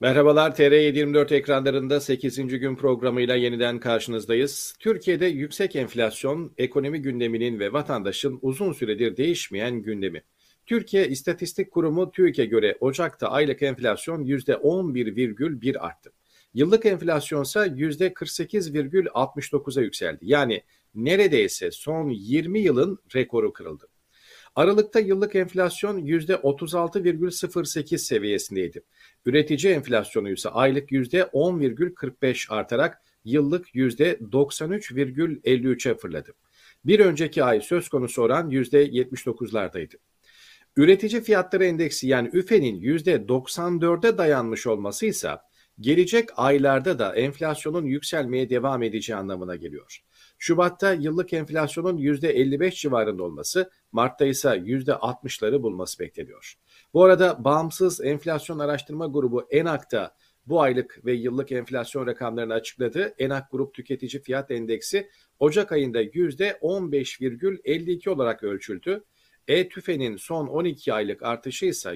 Merhabalar, TR724 ekranlarında 8. gün programıyla yeniden karşınızdayız. Türkiye'de yüksek enflasyon, ekonomi gündeminin ve vatandaşın uzun süredir değişmeyen gündemi. Türkiye İstatistik Kurumu TÜİK'e göre Ocak'ta aylık enflasyon %11,1 arttı. Yıllık enflasyonsa %48,69'a yükseldi. Yani neredeyse son 20 yılın rekoru kırıldı. Aralıkta yıllık enflasyon %36,08 seviyesindeydi. Üretici enflasyonu ise aylık %10,45 artarak yıllık %93,53'e fırladı. Bir önceki ay söz konusu oran %79'lardaydı. Üretici fiyatları endeksi yani ÜFE'nin %94'e dayanmış olması ise gelecek aylarda da enflasyonun yükselmeye devam edeceği anlamına geliyor. Şubat'ta yıllık enflasyonun %55 civarında olması, Mart'ta ise %60'ları bulması bekleniyor. Bu arada bağımsız enflasyon araştırma grubu ENAK'ta bu aylık ve yıllık enflasyon rakamlarını açıkladı. ENAK Grup Tüketici Fiyat Endeksi Ocak ayında %15,52 olarak ölçüldü. TÜFE'nin son 12 aylık artışı ise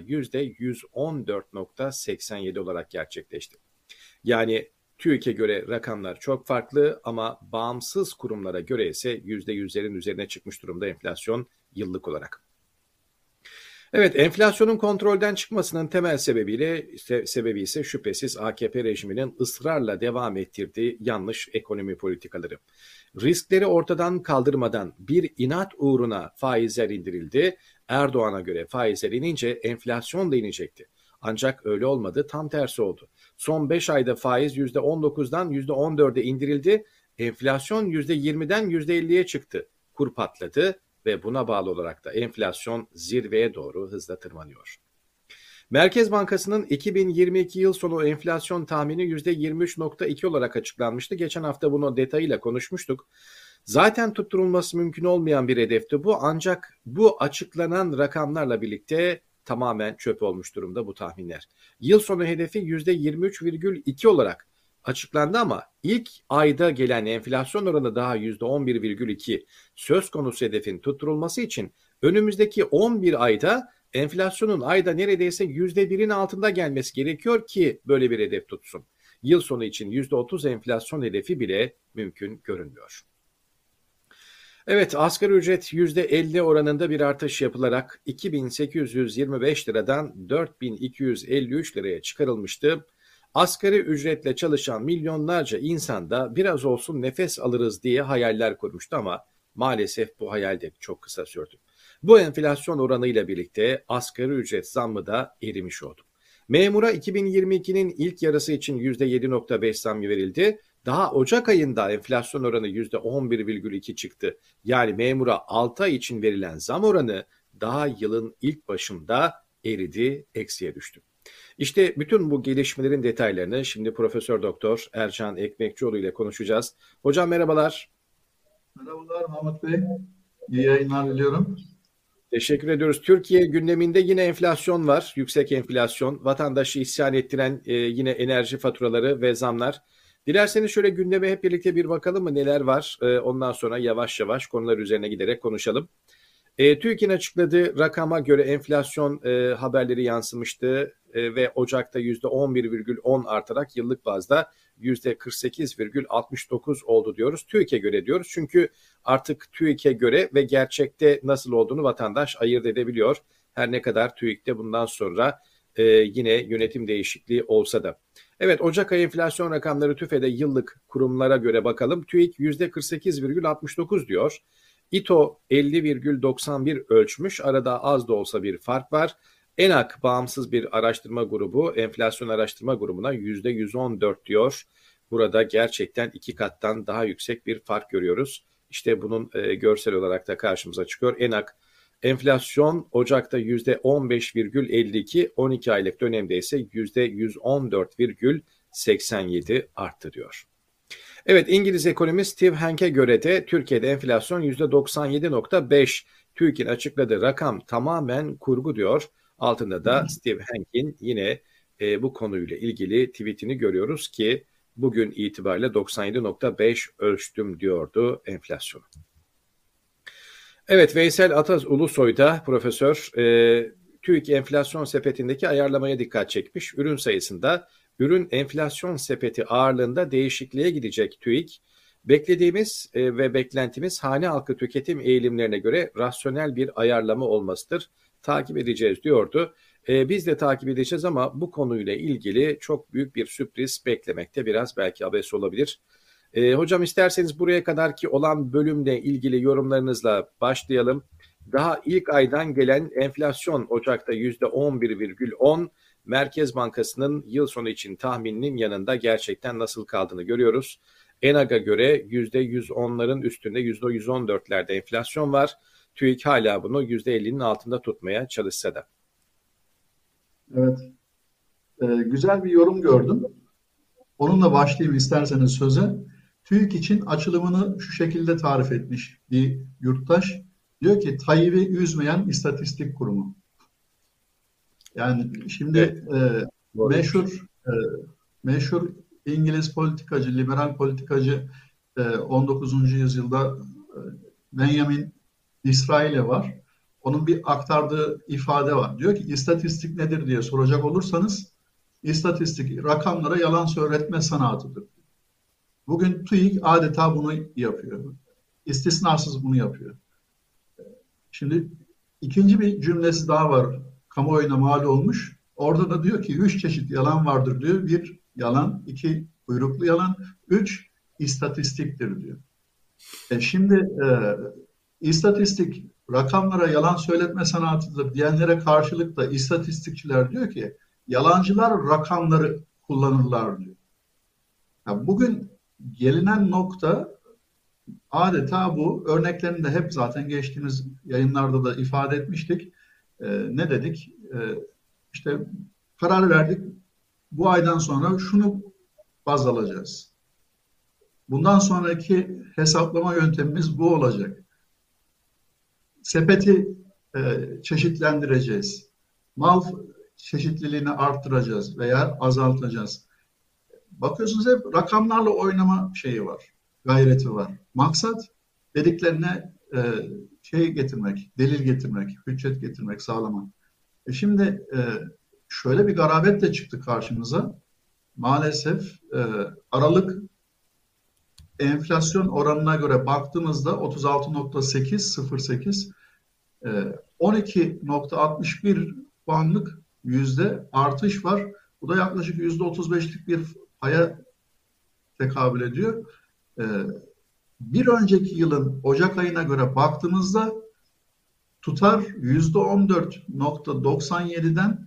%114,87 olarak gerçekleşti. Yani TÜİK'e göre rakamlar çok farklı ama bağımsız kurumlara göre ise %100'lerin üzerine çıkmış durumda enflasyon yıllık olarak. Evet, enflasyonun kontrolden çıkmasının temel sebebi ise şüphesiz AKP rejiminin ısrarla devam ettirdiği yanlış ekonomi politikaları. Riskleri ortadan kaldırmadan bir inat uğruna faizler indirildi. Erdoğan'a göre faizler inince enflasyon da inecekti. Ancak öyle olmadı, tam tersi oldu. Son 5 ayda faiz %19'dan %14'e indirildi. Enflasyon %20'den %50'ye çıktı. Kur patladı ve buna bağlı olarak da enflasyon zirveye doğru hızla tırmanıyor. Merkez Bankası'nın 2022 yıl sonu enflasyon tahmini %23,2 olarak açıklanmıştı. Geçen hafta bunu detayıyla konuşmuştuk. Zaten tutturulması mümkün olmayan bir hedefti bu, ancak bu açıklanan rakamlarla birlikte tamamen çöp olmuş durumda bu tahminler. Yıl sonu hedefi %23,2 olarak açıklandı ama ilk ayda gelen enflasyon oranı daha %11,2. Söz konusu hedefin tutturulması için önümüzdeki 11 ayda enflasyonun ayda neredeyse %1'in altında gelmesi gerekiyor ki böyle bir hedef tutsun. Yıl sonu için %30 enflasyon hedefi bile mümkün görünmüyor. Evet, asgari ücret %50 oranında bir artış yapılarak 2.825 liradan 4.253 liraya çıkarılmıştı. Asgari ücretle çalışan milyonlarca insan da biraz olsun nefes alırız diye hayaller kurmuştu ama maalesef bu hayal de çok kısa sürdü. Bu enflasyon oranıyla birlikte asgari ücret zammı da erimiş oldu. Memura 2022'nin ilk yarısı için %7,5 zam verildi. Daha Ocak ayında enflasyon oranı %11,2 çıktı. Yani memura 6 ay için verilen zam oranı daha yılın ilk başında eridi, eksiye düştü. İşte bütün bu gelişmelerin detaylarını şimdi Profesör Doktor Ercan Ekmekçioğlu ile konuşacağız. Hocam merhabalar. Merhabalar Mahmut Bey. İyi yayınlar diliyorum. Teşekkür ediyoruz. Türkiye gündeminde yine enflasyon var, yüksek enflasyon. Vatandaşı isyan ettiren yine enerji faturaları ve zamlar. Dilerseniz şöyle gündeme hep birlikte bir bakalım mı neler var? Ondan sonra yavaş yavaş konular üzerine giderek konuşalım. TÜİK'in açıkladığı rakama göre enflasyon haberleri yansımıştı ve Ocak'ta %11,10 artarak yıllık bazda %48,69 oldu diyoruz. TÜİK'e göre diyoruz çünkü artık TÜİK'e göre ve gerçekte nasıl olduğunu vatandaş ayırt edebiliyor. Her ne kadar TÜİK'te bundan sonra yine yönetim değişikliği olsa da. Evet, Ocak ayı enflasyon rakamları TÜFE'de yıllık kurumlara göre bakalım. TÜİK %48,69 diyor. İTO 50,91 ölçmüş. Arada az da olsa bir fark var. ENAK bağımsız bir araştırma grubu, enflasyon araştırma grubuna %114 diyor. Burada gerçekten 2 kattan daha yüksek bir fark görüyoruz. İşte bunun görsel olarak da karşımıza çıkıyor. ENAK enflasyon Ocak'ta %15,52, 12 aylık dönemde ise %114,87 arttı diyor. Evet, İngiliz ekonomist Steve Hank'e göre de Türkiye'de enflasyon %97,5. TÜİK'in açıkladığı rakam tamamen kurgu diyor. Altında da Steve Hank'in yine bu konuyla ilgili tweetini görüyoruz ki bugün itibariyle 97,5 ölçtüm diyordu enflasyonu. Evet, Veysel Ataz Ulusoy da profesör TÜİK enflasyon sepetindeki ayarlamaya dikkat çekmiş. Ürün sayısında ürün enflasyon sepeti ağırlığında değişikliğe gidecek TÜİK. Beklediğimiz ve beklentimiz hane halkı tüketim eğilimlerine göre rasyonel bir ayarlama olmasıdır. Takip edeceğiz diyordu. Biz de takip edeceğiz ama bu konuyla ilgili çok büyük bir sürpriz beklemekte biraz belki abes olabilir. Hocam isterseniz buraya kadarki olan bölümle ilgili yorumlarınızla başlayalım. Daha ilk aydan gelen enflasyon Ocak'ta %11,10, Merkez Bankası'nın yıl sonu için tahmininin yanında gerçekten nasıl kaldığını görüyoruz. ENAG'a göre %110'ların üstünde %114'lerde enflasyon var. TÜİK hala bunu %50'nin altında tutmaya çalışsa da. Evet, güzel bir yorum gördüm. Onunla başlayayım isterseniz söze. TÜİK için açılımını şu şekilde tarif etmiş bir yurttaş. Diyor ki Tayyip'i üzmeyen istatistik kurumu. Yani şimdi meşhur meşhur İngiliz politikacı, liberal politikacı 19. yüzyılda Benjamin Disraeli var. Onun bir aktardığı ifade var. Diyor ki istatistik nedir diye soracak olursanız istatistik rakamlara yalan söyletme sanatıdır. Bugün TÜİK adeta bunu yapıyor. İstisnasız bunu yapıyor. Şimdi ikinci bir cümlesi daha var. Kamuoyuna mal olmuş. Orada da diyor ki 3 çeşit yalan vardır diyor. 1 yalan, 2 kuyruklu yalan, 3 istatistiktir diyor. Şimdi istatistik rakamlara yalan söyletme sanatıdır diyenlere karşılık da istatistikçiler diyor ki yalancılar rakamları kullanırlar diyor. Yani bugün gelinen nokta adeta bu. Örneklerini de hep zaten geçtiğimiz yayınlarda da ifade etmiştik. Ne dedik? İşte karar verdik. Bu aydan sonra şunu baz alacağız. Bundan sonraki hesaplama yöntemimiz bu olacak. Sepeti çeşitlendireceğiz. Mal çeşitliliğini arttıracağız veya azaltacağız. Bakıyorsunuz hep rakamlarla oynama şeyi var, gayreti var. Maksat dediklerine şey getirmek, delil getirmek, hüccet getirmek, sağlamak. Şimdi şöyle bir garabet de çıktı karşımıza. Maalesef Aralık enflasyon oranına göre baktığımızda 36,808, 12,61 puanlık yüzde artış var. Bu da yaklaşık %35'lik bir paya tekabül ediyor. Bir önceki yılın Ocak ayına göre baktığımızda tutar %14,97'den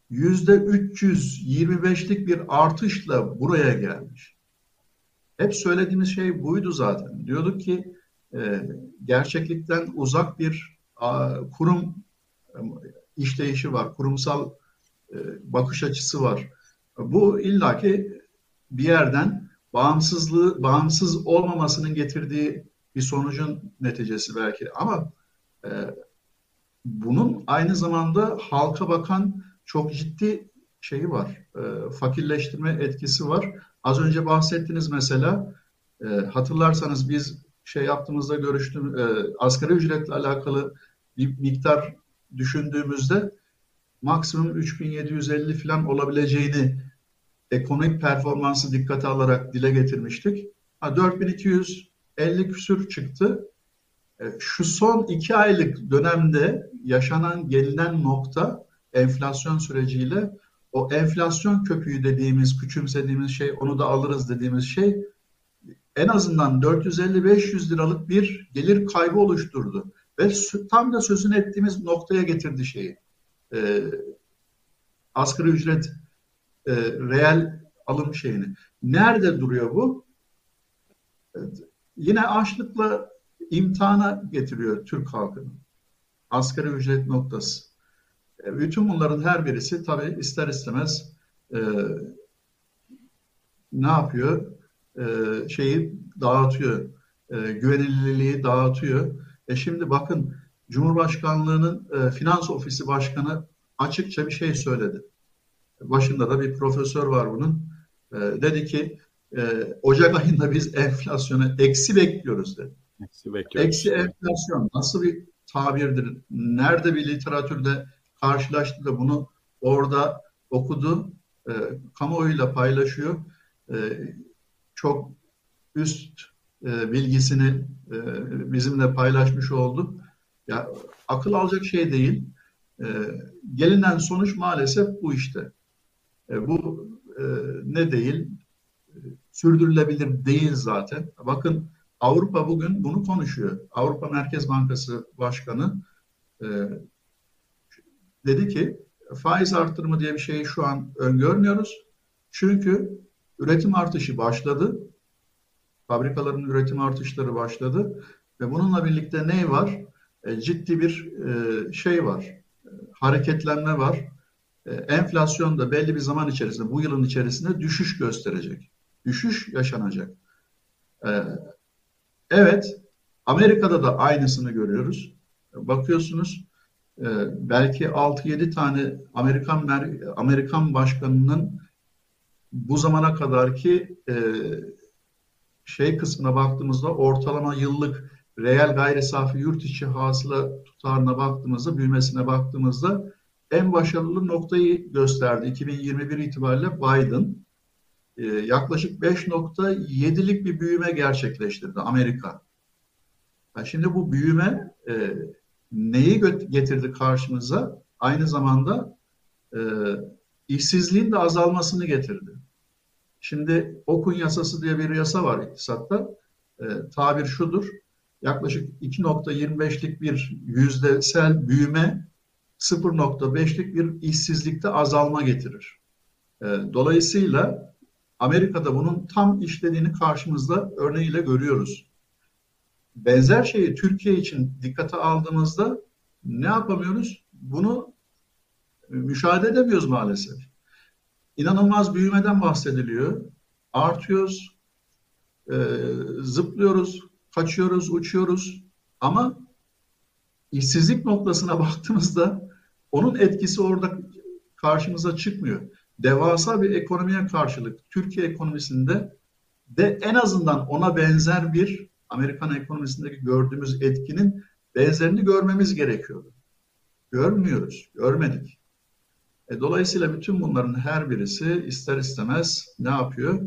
%325'lik bir artışla buraya gelmiş. Hep söylediğimiz şey buydu zaten. Diyorduk ki gerçeklikten uzak bir kurum işleyişi var, kurumsal bakış açısı var. Bu illaki bir yerden bağımsız olmamasının getirdiği bir sonucun neticesi belki. Ama bunun aynı zamanda halka bakan çok ciddi şeyi var. Fakirleştirme etkisi var. Az önce bahsettiniz mesela. Hatırlarsanız biz şey yaptığımızda asgari ücretle alakalı bir miktar düşündüğümüzde maksimum 3750 falan olabileceğini ekonomik performansı dikkate alarak dile getirmiştik. 4250 küsür çıktı. Şu son 2 aylık dönemde yaşanan gelinen nokta enflasyon süreciyle o enflasyon köpüğü dediğimiz, küçümsediğimiz şey, onu da alırız dediğimiz şey en azından 450-500 liralık bir gelir kaybı oluşturdu. Ve tam da sözünü ettiğimiz noktaya getirdi şeyi. Asgari ücret reel alım şeyini. Nerede duruyor bu? Yine açlıkla imtihana getiriyor Türk halkını. Asgari ücret noktası. Bütün bunların her birisi tabii ister istemez ne yapıyor? Şeyi dağıtıyor. Güvenilirliği dağıtıyor. Şimdi bakın Cumhurbaşkanlığı'nın Finans Ofisi Başkanı açıkça bir şey söyledi. Başında da bir profesör var bunun. Dedi ki Ocak ayında biz enflasyonu eksi bekliyoruz dedi. Eksi enflasyon nasıl bir tabirdir? Nerede bir literatürde karşılaştı da bunu orada okudu? kamuoyuyla paylaşıyor. E, Çok üst bilgisini bizimle paylaşmış oldu. Ya akıl alacak şey değil. E, Gelinen sonuç maalesef bu işte. Bu ne değil? Sürdürülebilir değil zaten. Bakın Avrupa bugün bunu konuşuyor. Avrupa Merkez Bankası Başkanı e, dedi ki faiz artırımı diye bir şeyi şu an öngörmüyoruz. Çünkü üretim artışı başladı. Fabrikaların üretim artışları başladı. Ve bununla birlikte ne var? Ciddi bir şey var. Hareketlenme var. Enflasyon da belli bir zaman içerisinde, bu yılın içerisinde düşüş gösterecek. Düşüş yaşanacak. E, evet, Amerika'da da aynısını görüyoruz. Bakıyorsunuz belki 6-7 tane Amerikan başkanının bu zamana kadarki şey kısmına baktığımızda ortalama yıllık reel gayri safi yurt içi hasıla tutarına baktığımızda, büyümesine baktığımızda en başarılı noktayı gösterdi. 2021 itibariyle Biden yaklaşık 5,7'lik bir büyüme gerçekleştirdi Amerika. Şimdi bu büyüme neyi getirdi karşımıza? Aynı zamanda e, işsizliğin de azalmasını getirdi. Şimdi Okun yasası diye bir yasa var iktisatta. Tabir şudur. Yaklaşık 2,25'lik bir yüzdesel büyüme 0,5'lik bir işsizlikte azalma getirir. Dolayısıyla Amerika'da bunun tam işlediğini karşımızda örneğiyle görüyoruz. Benzer şeyi Türkiye için dikkate aldığımızda ne yapamıyoruz? Bunu müşahede edemiyoruz maalesef. İnanılmaz büyümeden bahsediliyor. Artıyoruz, zıplıyoruz, kaçıyoruz, uçuyoruz. Ama işsizlik noktasına baktığımızda onun etkisi orada karşımıza çıkmıyor. Devasa bir ekonomiye karşılık Türkiye ekonomisinde de en azından ona benzer bir Amerikan ekonomisindeki gördüğümüz etkinin benzerini görmemiz gerekiyordu. Görmüyoruz, görmedik. Dolayısıyla bütün bunların her birisi ister istemez ne yapıyor?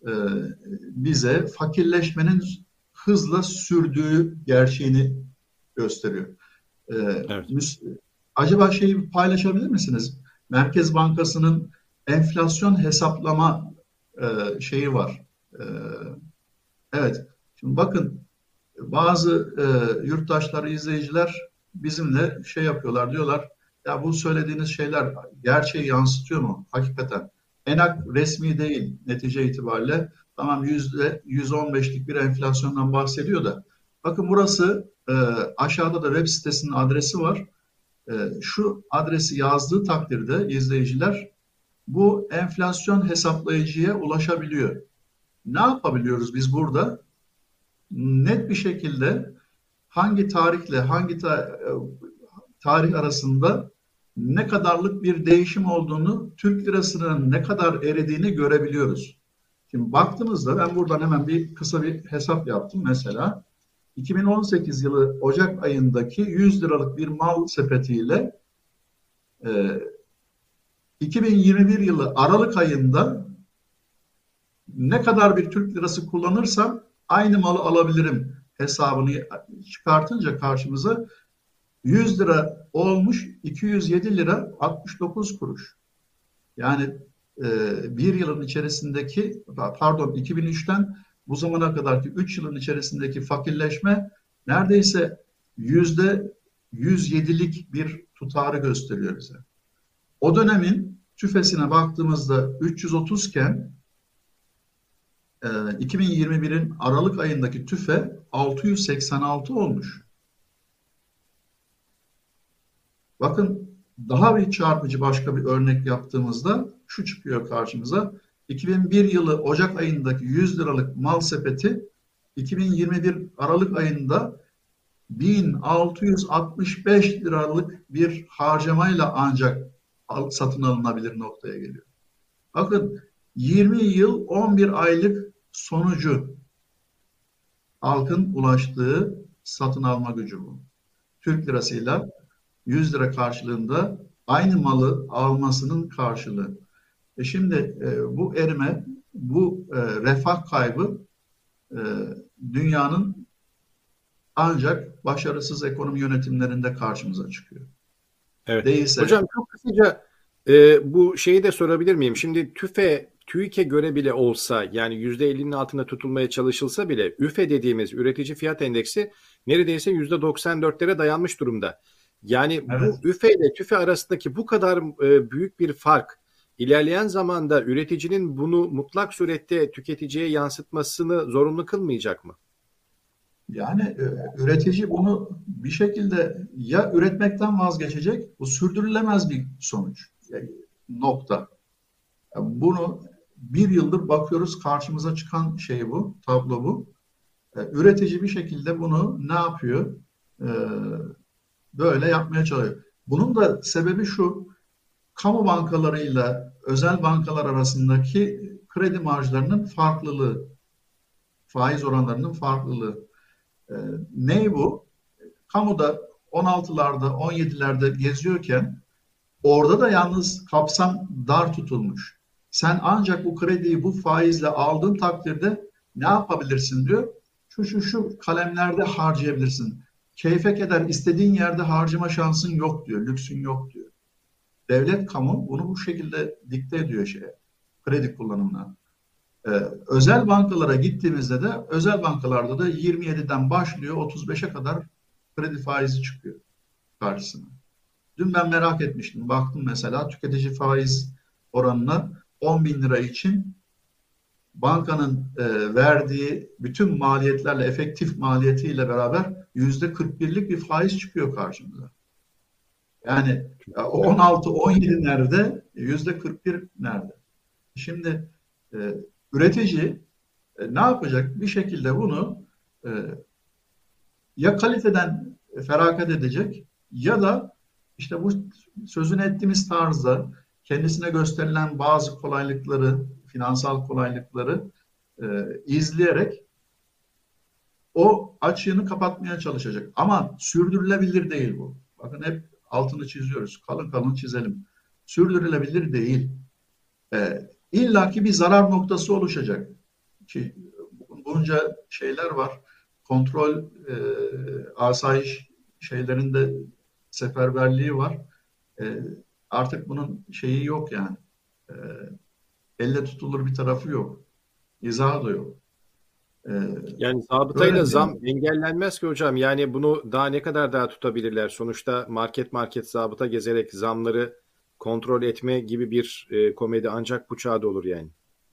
Bize fakirleşmenin hızla sürdüğü gerçeğini gösteriyor. Evet. Acaba şeyi paylaşabilir misiniz? Merkez Bankası'nın enflasyon hesaplama şeyi var. Evet. Şimdi bakın bazı yurttaşlar, izleyiciler bizimle şey yapıyorlar, diyorlar ya bu söylediğiniz şeyler gerçeği yansıtıyor mu? Hakikaten. ENAK resmi değil netice itibariyle. Tamam %115'lik bir enflasyondan bahsediyor da. Bakın burası aşağıda da web sitesinin adresi var. Şu adresi yazdığı takdirde izleyiciler bu enflasyon hesaplayıcıya ulaşabiliyor. Ne yapabiliyoruz biz burada? Net bir şekilde hangi tarihle hangi tarih arasında ne kadarlık bir değişim olduğunu, Türk lirasının ne kadar eridiğini görebiliyoruz. Şimdi baktığımızda ben buradan hemen kısa bir hesap yaptım. Mesela 2018 yılı Ocak ayındaki 100 liralık bir mal sepetiyle 2021 yılı Aralık ayında ne kadar bir Türk lirası kullanırsam aynı malı alabilirim hesabını çıkartınca karşımıza 100 lira olmuş 207 lira 69 kuruş. Yani bir yılın içerisindeki 2003'ten bu zamana kadarki 3 yılın içerisindeki fakirleşme neredeyse %107'lik bir tutarı gösteriyor bize. O dönemin tüfesine baktığımızda 330 iken 2021'in Aralık ayındaki tüfe 686 olmuş. Bakın daha bir çarpıcı başka bir örnek yaptığımızda şu çıkıyor karşımıza. 2001 yılı Ocak ayındaki 100 liralık mal sepeti 2021 Aralık ayında 1665 liralık bir harcamayla ancak satın alınabilir noktaya geliyor. Bakın 20 yıl 11 aylık sonucu halkın ulaştığı satın alma gücü bu. Türk lirasıyla 100 lira karşılığında aynı malı almasının karşılığı. Şimdi bu erime, bu refah kaybı e, dünyanın ancak başarısız ekonomi yönetimlerinde karşımıza çıkıyor. Evet. Değilse Hocam çok kısaca bu şeyi de sorabilir miyim? Şimdi TÜİK'e göre bile olsa yani %50'nin altında tutulmaya çalışılsa bile üfe dediğimiz üretici fiyat endeksi neredeyse %94'lere dayanmış durumda. Yani bu evet. üfe ile tüfe arasındaki bu kadar büyük bir fark ilerleyen zamanda üreticinin bunu mutlak surette tüketiciye yansıtmasını zorunlu kılmayacak mı? Yani üretici bunu bir şekilde ya üretmekten vazgeçecek, bu sürdürülemez bir sonuç. Yani nokta. Yani bunu bir yıldır bakıyoruz, karşımıza çıkan şey bu, tablo bu. Üretici bir şekilde bunu ne yapıyor? E, Böyle yapmaya çalışıyor. Bunun da sebebi şu, kamu bankalarıyla özel bankalar arasındaki kredi marjlarının farklılığı, faiz oranlarının farklılığı. E, Ne bu? Kamuda 16'larda, 17'lerde geziyorken orada da yalnız kapsam dar tutulmuş. Sen ancak bu krediyi bu faizle aldığın takdirde ne yapabilirsin diyor. Şu kalemlerde harcayabilirsin. Keyfe keder istediğin yerde harcama şansın yok diyor. Lüksün yok diyor. Devlet kamu bunu bu şekilde dikte ediyor kredi kullanımına. Ee, Özel bankalara gittiğimizde de özel bankalarda da 27'den başlıyor 35'e kadar kredi faizi çıkıyor karşısına. Dün ben merak etmiştim. Baktım mesela tüketici faiz oranına 10 bin lira için bankanın verdiği bütün maliyetlerle, efektif maliyetiyle beraber %41'lik bir faiz çıkıyor karşımıza. Yani 16-17 nerede, %41 nerede? Şimdi e, üretici ne yapacak? Bir şekilde bunu e, ya kaliteden feragat edecek ya da işte bu sözünü ettiğimiz tarzda kendisine gösterilen bazı kolaylıkları, finansal kolaylıkları izleyerek o açığını kapatmaya çalışacak. Ama sürdürülebilir değil bu. Bakın hep altını çiziyoruz. Kalın kalın çizelim. Sürdürülebilir değil. İllaki bir zarar noktası oluşacak. Ki bunca şeyler var. Kontrol, asayiş şeylerinde seferberliği var. E, Artık bunun şeyi yok yani. E, Elle tutulur bir tarafı yok. İzahı da yok. E, Yani zabıtayla Böyle bir zam engellenmez ki hocam. Yani bunu daha ne kadar daha tutabilirler? Sonuçta market zabıta gezerek zamları kontrol etme gibi bir komedi ancak bu çağda olur yani.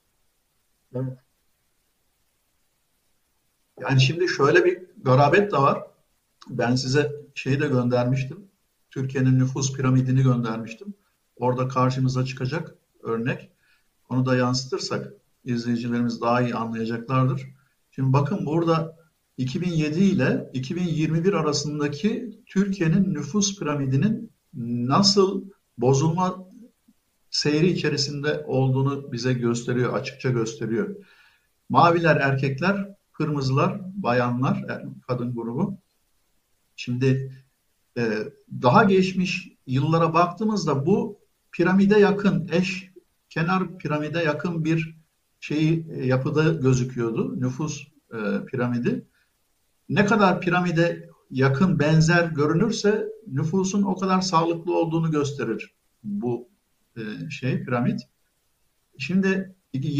yani şimdi şöyle bir garabet de var. Ben size şeyi de göndermiştim. Türkiye'nin nüfus piramidini göndermiştim. Orada karşımıza çıkacak örnek. Onu da yansıtırsak izleyicilerimiz daha iyi anlayacaklardır. Şimdi bakın burada 2007 ile 2021 arasındaki Türkiye'nin nüfus piramidinin nasıl bozulma seyri içerisinde olduğunu bize gösteriyor, açıkça gösteriyor. Maviler erkekler, kırmızılar bayanlar, yani kadın grubu. Şimdi daha geçmiş yıllara baktığımızda bu piramide yakın, kenar piramide yakın bir yapıda gözüküyordu. Nüfus piramidi. Ne kadar piramide yakın, benzer görünürse nüfusun o kadar sağlıklı olduğunu gösterir bu piramit. Şimdi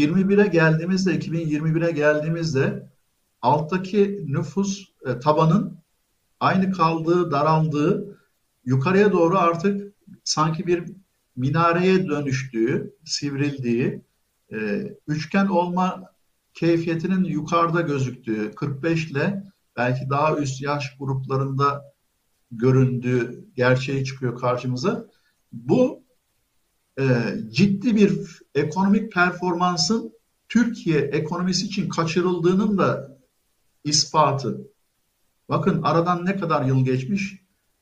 2021'e geldiğimizde alttaki nüfus tabanın aynı kaldığı, daraldığı, yukarıya doğru artık sanki bir minareye dönüştüğü, sivrildiği, üçgen olma keyfiyetinin yukarıda gözüktüğü, 45 ile belki daha üst yaş gruplarında göründüğü gerçeği çıkıyor karşımıza. Bu ciddi bir ekonomik performansın Türkiye ekonomisi için kaçırıldığının da ispatı. Bakın aradan ne kadar yıl geçmiş?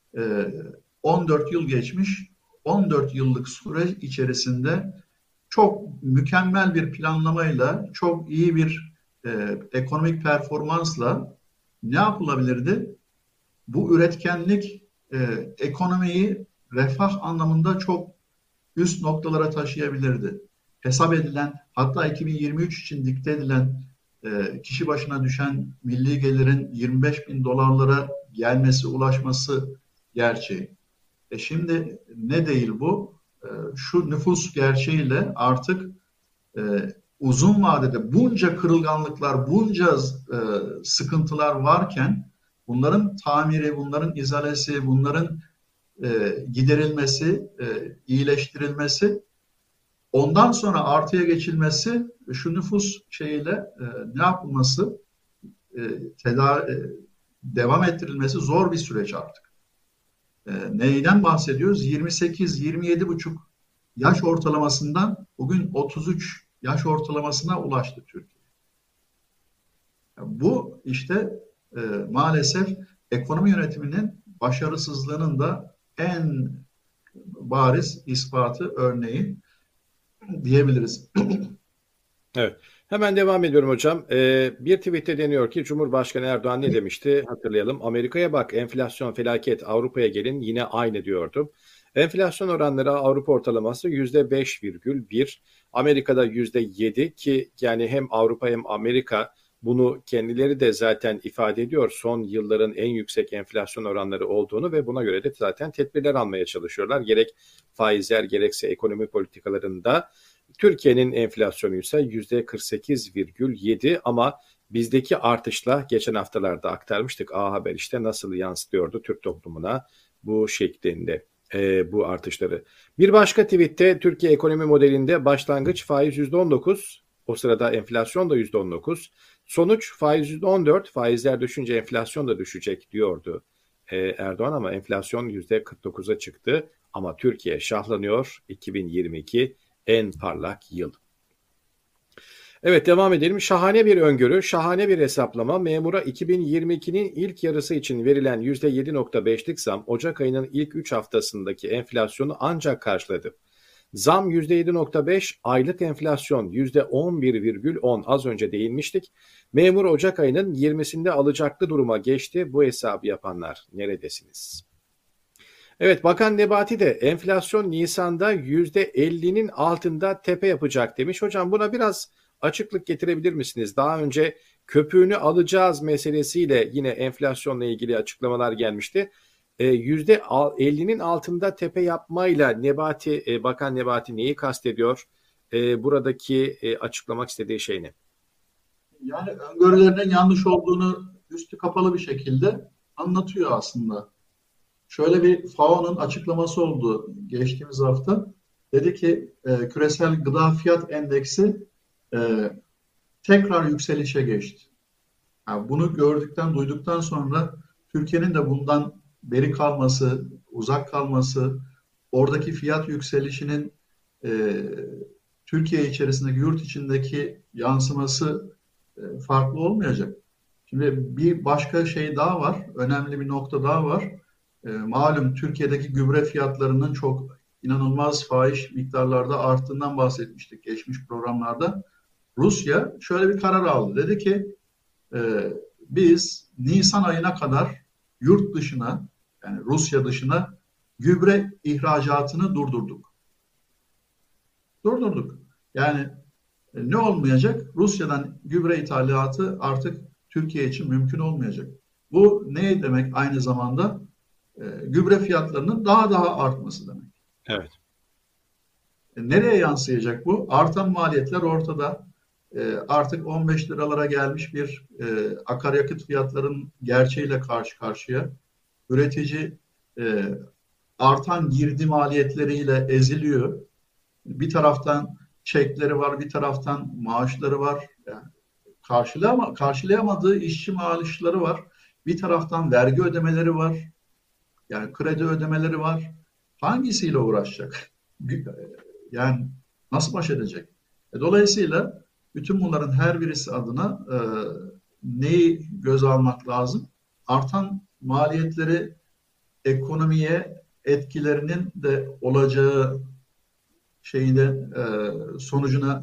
14 yıl geçmiş. 14 yıllık süre içerisinde çok mükemmel bir planlamayla, çok iyi bir ekonomik performansla ne yapılabilirdi? Bu üretkenlik ekonomiyi refah anlamında çok üst noktalara taşıyabilirdi. hesap edilen, hatta 2023 için dikte edilen kişi başına düşen milli gelirin 25 bin dolarlara gelmesi, ulaşması gerçeği. Şimdi ne değil bu? Şu nüfus gerçeğiyle artık uzun vadede bunca kırılganlıklar, bunca sıkıntılar varken bunların tamiri, bunların izalesi, bunların giderilmesi, iyileştirilmesi, ondan sonra artıya geçilmesi, şu nüfus şeyiyle ne yapılması, devam ettirilmesi zor bir süreç artık. Neyden bahsediyoruz? 28-27,5 yaş ortalamasından bugün 33 yaş ortalamasına ulaştı Türkiye. Bu işte maalesef ekonomi yönetiminin başarısızlığının da en bariz ispatı, örneği diyebiliriz. Evet. Hemen devam ediyorum hocam. Bir tweette deniyor ki Cumhurbaşkanı Erdoğan ne demişti? Hatırlayalım. Amerika'ya bak, enflasyon felaket, Avrupa'ya gelin yine aynı diyordu. Enflasyon oranları Avrupa ortalaması %5,1, Amerika'da %7 ki yani hem Avrupa hem Amerika bunu kendileri de zaten ifade ediyor. Son yılların en yüksek enflasyon oranları olduğunu ve buna göre de zaten tedbirler almaya çalışıyorlar. Gerek faizler gerekse ekonomi politikalarında. Türkiye'nin enflasyonu ise %48,7 ama bizdeki artışla geçen haftalarda aktarmıştık. A Haber işte nasıl yansıtıyordu Türk toplumuna bu şeklinde bu artışları. Bir başka tweette Türkiye ekonomi modelinde başlangıç faiz %19, o sırada enflasyon da %19. Sonuç faiz %14, faizler düşünce enflasyon da düşecek diyordu Erdoğan ama enflasyon %49'a çıktı. Ama Türkiye şahlanıyor, 2022 en parlak yıl. Evet, devam edelim. Şahane bir öngörü, şahane bir hesaplama. Memura 2022'nin ilk yarısı için verilen %7,5'lik zam Ocak ayının ilk 3 haftasındaki enflasyonu ancak karşıladı. Zam %7,5, aylık enflasyon %11,10, az önce değinmiştik. Memur Ocak ayının 20'sinde alacaklı duruma geçti. Bu hesabı yapanlar neredesiniz? Evet, Bakan Nebati de enflasyon Nisan'da %50'nin altında tepe yapacak demiş. Hocam buna biraz açıklık getirebilir misiniz? Daha önce köpüğünü alacağız meselesiyle yine enflasyonla ilgili açıklamalar gelmişti. %50'nin altında tepe yapmayla Bakan Nebati neyi kastediyor? Buradaki açıklamak istediği şey ne? Yani öngörülerinin yanlış olduğunu üstü kapalı bir şekilde anlatıyor aslında. Şöyle bir FAO'nun açıklaması oldu geçtiğimiz hafta. Dedi ki küresel gıda fiyat endeksi tekrar yükselişe geçti. Yani bunu gördükten, duyduktan sonra Türkiye'nin de bundan beri kalması, uzak kalması, oradaki fiyat yükselişinin Türkiye içerisindeki, yurt içindeki yansıması farklı olmayacak. Şimdi bir başka şey daha var, önemli bir nokta daha var. Malum Türkiye'deki gübre fiyatlarının çok inanılmaz fahiş miktarlarda arttığından bahsetmiştik geçmiş programlarda. Rusya şöyle bir karar aldı. Dedi ki biz Nisan ayına kadar yurt dışına, yani Rusya dışına gübre ihracatını durdurduk. Durdurduk. Yani ne olmayacak? Rusya'dan gübre ithalatı artık Türkiye için mümkün olmayacak. Bu ne demek aynı zamanda? Gübre fiyatlarının daha artması demek. Evet. Nereye yansıyacak bu? Artan maliyetler ortada. Artık 15 liralara gelmiş bir akaryakıt fiyatların gerçeğiyle karşı karşıya. Üretici artan girdi maliyetleriyle eziliyor. Bir taraftan çekleri var, bir taraftan maaşları var. Yani karşılayamadığı işçi maaşları var. Bir taraftan vergi ödemeleri var. Yani kredi ödemeleri var. Hangisiyle uğraşacak? Yani nasıl baş edecek? Dolayısıyla bütün bunların her birisi adına neyi göze almak lazım? Artan maliyetleri ekonomiye etkilerinin de olacağı sonucuna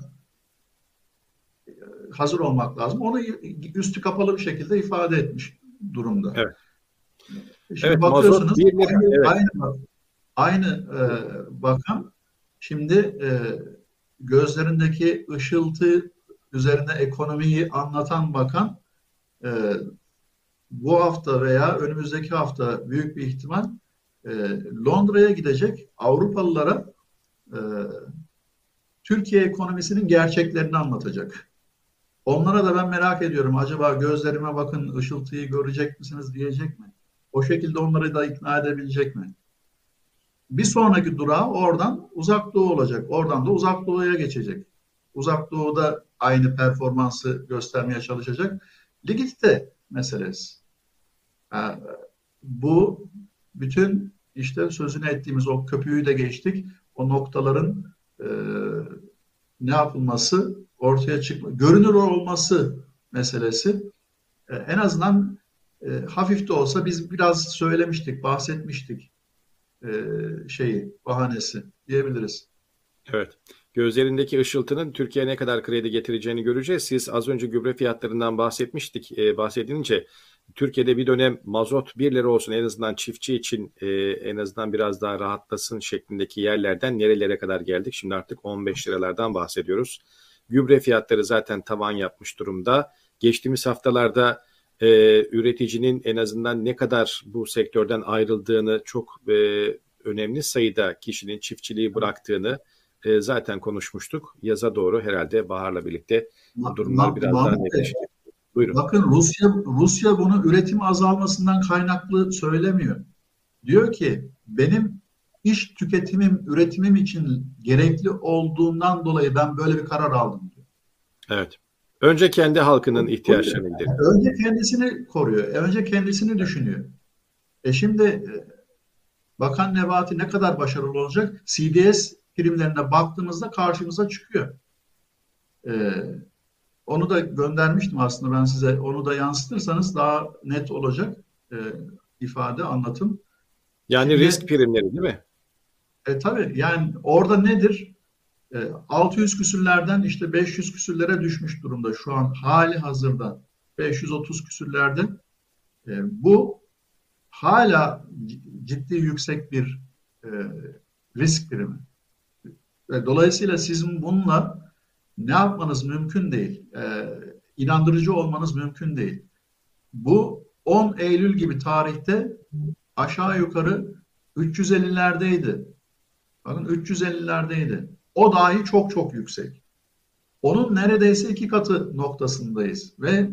hazır olmak lazım. Onu üstü kapalı bir şekilde ifade etmiş durumda. Evet. Şimdi evet, bakıyorsunuz evet. aynı bakan şimdi gözlerindeki ışıltı üzerine ekonomiyi anlatan bakan bu hafta veya önümüzdeki hafta büyük bir ihtimal Londra'ya gidecek, Avrupalılara Türkiye ekonomisinin gerçeklerini anlatacak. Onlara da ben merak ediyorum. Acaba gözlerime bakın, ışıltıyı görecek misiniz diyecek mi? O şekilde onları da ikna edebilecek mi? Bir sonraki durağı oradan Uzak Doğu olacak. Oradan da Uzak Doğu'ya geçecek. Uzak Doğu'da aynı performansı göstermeye çalışacak. Likidite meselesi. Yani bu bütün işte sözünü ettiğimiz o köpüğü de geçtik. O noktaların ne yapılması, ortaya çıkma, görünür olması meselesi. En azından hafif de olsa biz biraz söylemiştik, bahsetmiştik bahanesi diyebiliriz. Evet. Gözlerindeki ışıltının Türkiye'ye ne kadar kredi getireceğini göreceğiz. Siz az önce gübre fiyatlarından bahsetmiştik. Bahsedince Türkiye'de bir dönem mazot 1 lira olsun en azından çiftçi için en azından biraz daha rahatlasın şeklindeki yerlerden nerelere kadar geldik? Şimdi artık 15 liralardan bahsediyoruz. Gübre fiyatları zaten tavan yapmış durumda. Geçtiğimiz haftalarda üreticinin en azından ne kadar bu sektörden ayrıldığını, çok önemli sayıda kişinin çiftçiliği bıraktığını zaten konuşmuştuk. Yaza doğru herhalde baharla birlikte bu durumlar biraz daha netleşecek. Buyurun. Bakın Rusya bunu üretim azalmasından kaynaklı söylemiyor. Diyor ki benim iş tüketimim, üretimim için gerekli olduğundan dolayı ben böyle bir karar aldım diyor. Evet. Önce kendi halkının ihtiyaçlarını gideriyor. Önce kendisini koruyor. Önce kendisini düşünüyor. Şimdi Bakan Nebati ne kadar başarılı olacak? CDS primlerine baktığımızda karşımıza çıkıyor. Onu da göndermiştim aslında ben size. Onu da yansıtırsanız daha net olacak ifade, anlatım. Yani şimdi, risk primleri değil mi? Tabii yani orada nedir? 600 küsürlerden işte 500 küsürlere düşmüş durumda şu an hali hazırda. 530 küsürlerde. Bu hala ciddi yüksek bir risk primi. Dolayısıyla sizin bununla ne yapmanız mümkün değil. İnandırıcı olmanız mümkün değil. Bu 10 Eylül gibi tarihte aşağı yukarı 350'lerdeydi. Bakın 350'lerdeydi. O dahi çok çok yüksek. Onun neredeyse 2 katı noktasındayız. Ve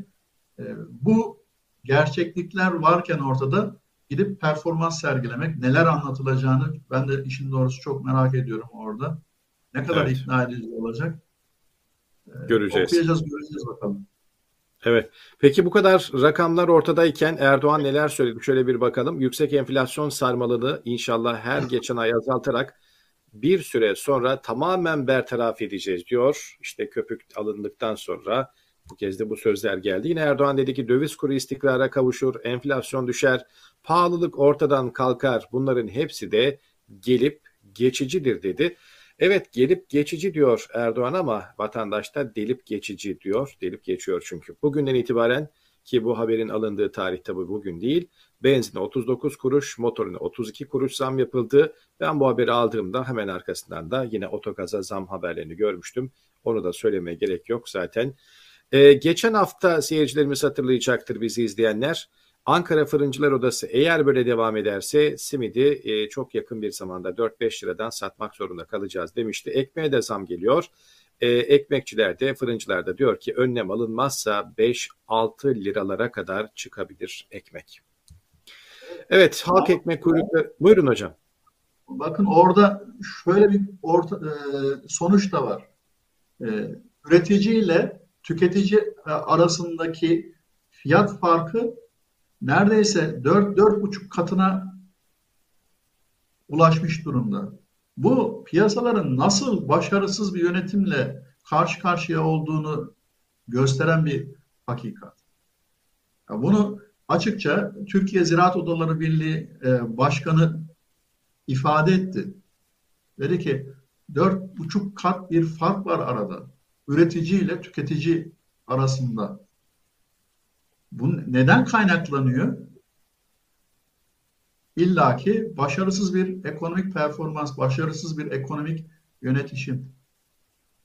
bu gerçeklikler varken ortada gidip performans sergilemek, neler anlatılacağını ben de işin doğrusu çok merak ediyorum orada. Ne kadar ikna edici olacak? Göreceğiz. Göreceğiz bakalım. Evet. Peki bu kadar rakamlar ortadayken Erdoğan neler söyledi? Şöyle bir bakalım. Yüksek enflasyon sarmalını inşallah her geçen ay azaltarak bir süre sonra tamamen bertaraf edeceğiz diyor. İşte köpük alındıktan sonra bu kez de bu sözler geldi. Yine Erdoğan dedi ki döviz kuru istikrara kavuşur, enflasyon düşer, pahalılık ortadan kalkar. Bunların hepsi de gelip geçicidir dedi. Evet gelip geçici diyor Erdoğan ama vatandaş da delip geçici diyor. Delip geçiyor çünkü. Bugünden itibaren ki bu haberin alındığı tarih tabii bugün değil. Benzine 39 kuruş, motorine 32 kuruş zam yapıldı. Ben bu haberi aldığımda hemen arkasından da yine otogaza zam haberlerini görmüştüm. Onu da söylemeye gerek yok zaten. Geçen hafta seyircilerimiz hatırlayacaktır bizi izleyenler. Ankara Fırıncılar Odası eğer böyle devam ederse simidi çok yakın bir zamanda 4-5 liradan satmak zorunda kalacağız demişti. Ekmeğe de zam geliyor. Ekmekçiler de fırıncılar da diyor ki önlem alınmazsa 5-6 liralara kadar çıkabilir ekmek. Evet halk ekmek kuyrukları. Buyurun hocam. Bakın orada şöyle bir sonuç da var. Üretici ile tüketici arasındaki fiyat farkı neredeyse 4-4,5 katına ulaşmış durumda. Bu piyasaların nasıl başarısız bir yönetimle karşı karşıya olduğunu gösteren bir hakikat. Bunu açıkça Türkiye Ziraat Odaları Birliği Başkanı ifade etti. Dedi ki 4,5 kat bir fark var arada. Üretici ile tüketici arasında. Bu neden kaynaklanıyor? İlla ki başarısız bir ekonomik performans, başarısız bir ekonomik yönetişim.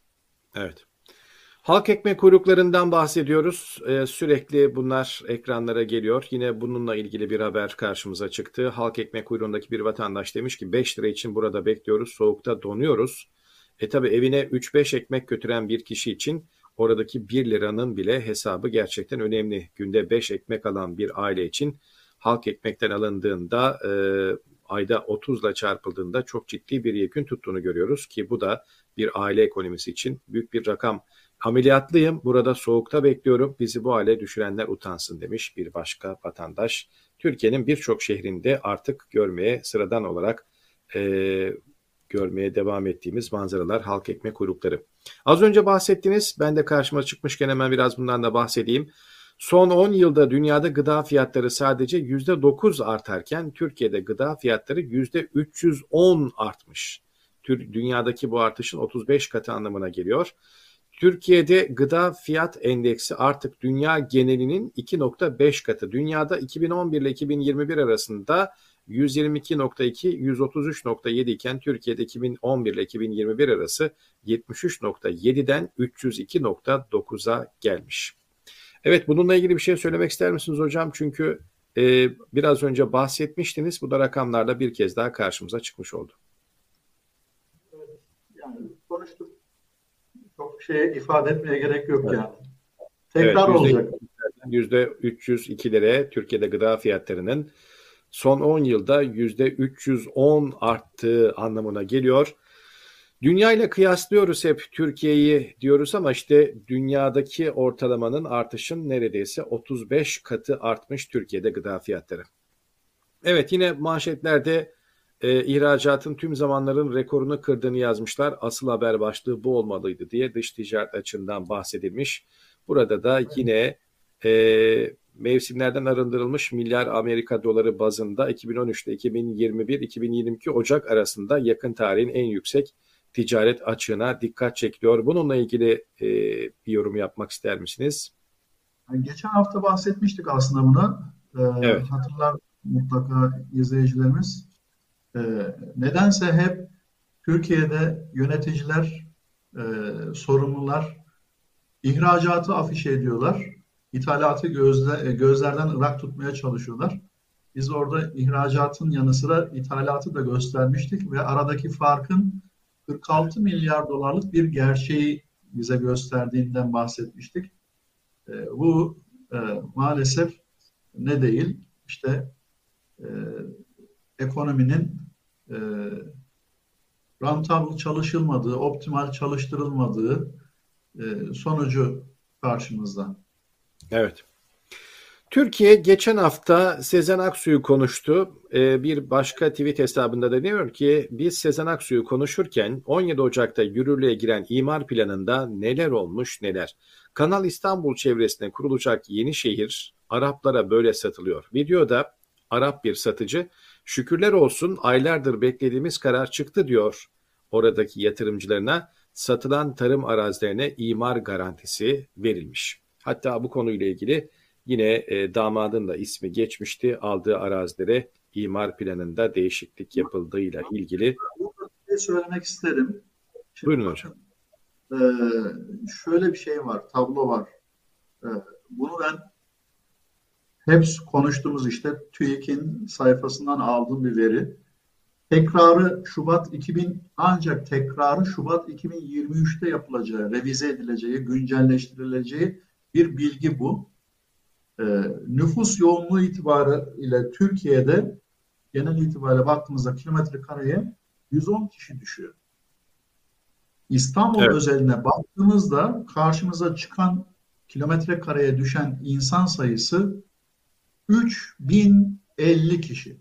Evet. Halk ekmek kuyruklarından bahsediyoruz. Sürekli bunlar ekranlara geliyor. Yine bununla ilgili bir haber karşımıza çıktı. Halk ekmek kuyruğundaki bir vatandaş demiş ki 5 lira için burada bekliyoruz, soğukta donuyoruz. Tabii evine 3-5 ekmek götüren bir kişi için oradaki 1 liranın bile hesabı gerçekten önemli. Günde 5 ekmek alan bir aile için halk ekmekten alındığında ayda 30'la çarpıldığında çok ciddi bir yekün tuttuğunu görüyoruz ki bu da bir aile ekonomisi için büyük bir rakam. Ameliyatlıyım, burada soğukta bekliyorum, bizi bu hale düşürenler utansın demiş bir başka vatandaş. Türkiye'nin birçok şehrinde artık görmeye sıradan olarak görmeye devam ettiğimiz manzaralar, halk ekmek kuyrukları. Az önce bahsettiniz, ben de karşıma çıkmışken hemen biraz bundan da bahsedeyim. Son 10 yılda dünyada gıda fiyatları sadece %9 artarken Türkiye'de gıda fiyatları %310 artmış. Dünyadaki bu artışın 35 katı anlamına geliyor. Türkiye'de gıda fiyat endeksi artık dünya genelinin 2,5 katı. Dünyada 2011 ile 2021 arasında 122,2, 133,7 iken Türkiye'de 2011 ile 2021 arası 73,7'den 302,9'a gelmiş. Evet, bununla ilgili bir şey söylemek ister misiniz hocam? Çünkü biraz önce bahsetmiştiniz. Bu da rakamlarla bir kez daha karşımıza çıkmış oldu. Yani konuştuk. Çok şey ifade etmeye gerek yok yani. Evet, Tekrar olacak. %302'lere Türkiye'de gıda fiyatlarının son 10 yılda %310 arttığı anlamına geliyor. Dünya ile kıyaslıyoruz hep Türkiye'yi diyoruz ama işte dünyadaki ortalamanın artışın neredeyse 35 katı artmış Türkiye'de gıda fiyatları. Evet, yine manşetlerde ihracatın tüm zamanların rekorunu kırdığını yazmışlar. Asıl haber başlığı bu olmalıydı diye dış ticaret açığından bahsedilmiş. Burada da yine mevsimlerden arındırılmış milyar Amerika doları bazında 2013 ile 2021-2022 Ocak arasında yakın tarihin en yüksek ticaret açığına dikkat çekiliyor. Bununla ilgili bir yorum yapmak ister misiniz? Yani geçen hafta bahsetmiştik aslında buna. Evet. Hatırlar mutlaka izleyicilerimiz. Nedense hep Türkiye'de yöneticiler, sorumlular ihracatı afişe ediyorlar. İthalatı gözlerden ırak tutmaya çalışıyorlar. Biz orada ihracatın yanı sıra ithalatı da göstermiştik ve aradaki farkın 46 milyar dolarlık bir gerçeği bize gösterdiğinden bahsetmiştik. Bu maalesef ne değil? İşte ekonominin e, rentable çalışılmadığı, optimal çalıştırılmadığı sonucu karşımızda. Evet. Türkiye geçen hafta Sezen Aksu'yu konuştu. Bir başka tweet hesabında da diyor ki biz Sezen Aksu'yu konuşurken 17 Ocak'ta yürürlüğe giren imar planında neler olmuş neler. Kanal İstanbul çevresine kurulacak yeni şehir Araplara böyle satılıyor. Videoda Arap bir satıcı şükürler olsun aylardır beklediğimiz karar çıktı diyor. Oradaki yatırımcılarına satılan tarım arazilerine imar garantisi verilmiş. Hatta bu konuyla ilgili yine damadın da ismi geçmişti. Aldığı arazilere imar planında değişiklik yapıldığıyla ilgili. Burada bir şey söylemek isterim. Şimdi Buyurun hocam. Şöyle bir şey var, tablo var. Bunu ben hep konuştuğumuz işte TÜİK'in sayfasından aldığım bir veri. Ancak tekrarı Şubat 2023'te yapılacağı, revize edileceği, güncelleştirileceği bir bilgi bu. Nüfus yoğunluğu itibariyle Türkiye'de genel itibariyle baktığımızda kilometre kareye 110 kişi düşüyor. İstanbul özeline baktığımızda karşımıza çıkan kilometre kareye düşen insan sayısı 3050 kişi.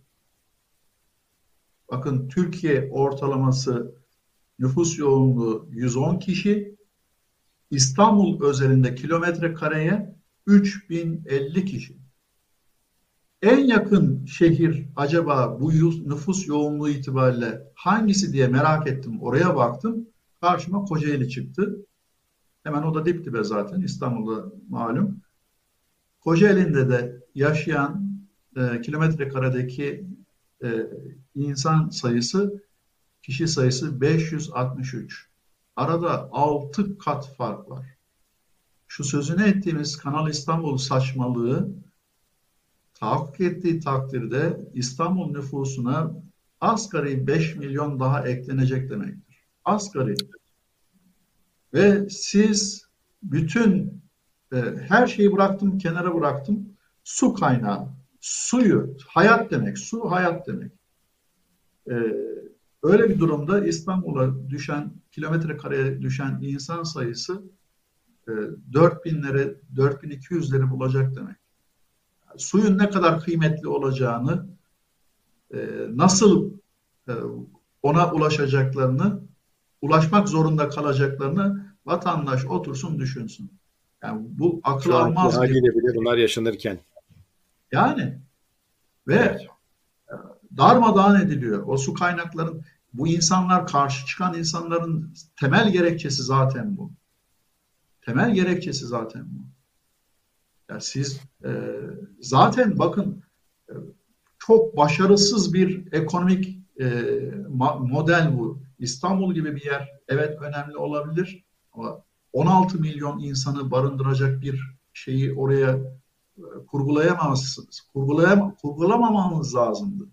Bakın Türkiye ortalaması nüfus yoğunluğu 110 kişi. İstanbul özelinde kilometre kareye 3050 kişi. En yakın şehir acaba bu nüfus yoğunluğu itibariyle hangisi diye merak ettim. Oraya baktım. Karşıma Kocaeli çıktı. Hemen o da dip dibe zaten İstanbul'da malum. Kocaeli'nde de yaşayan kilometre karedeki insan sayısı, kişi sayısı 563. arada 6 kat fark var. Şu sözünü ettiğimiz Kanal İstanbul saçmalığı tahakkuk ettiği takdirde İstanbul nüfusuna asgari 5 milyon daha eklenecek demektir. Asgari. Ve siz bütün her şeyi bıraktım, kenara bıraktım. Su kaynağı, suyu, hayat demek, su hayat demek. E, Öyle bir durumda İstanbul'a düşen, kilometre kareye düşen insan sayısı 4000'lere, 4200'leri bulacak demek. Suyun ne kadar kıymetli olacağını, nasıl ona ulaşacaklarını, ulaşmak zorunda kalacaklarını vatandaş otursun düşünsün. Yani bu akıl Şu anki almaz bir haliyle bile bunlar yaşanırken. yani ve Evet. darmadağın ediliyor. O su kaynakların bu insanlar karşı çıkan insanların temel gerekçesi zaten bu. Temel gerekçesi zaten bu. Yani siz zaten bakın çok başarısız bir ekonomik model bu. İstanbul gibi bir yer evet önemli olabilir ama 16 milyon insanı barındıracak bir şeyi oraya kurgulayamazsınız. Kurgulamamanız lazımdı.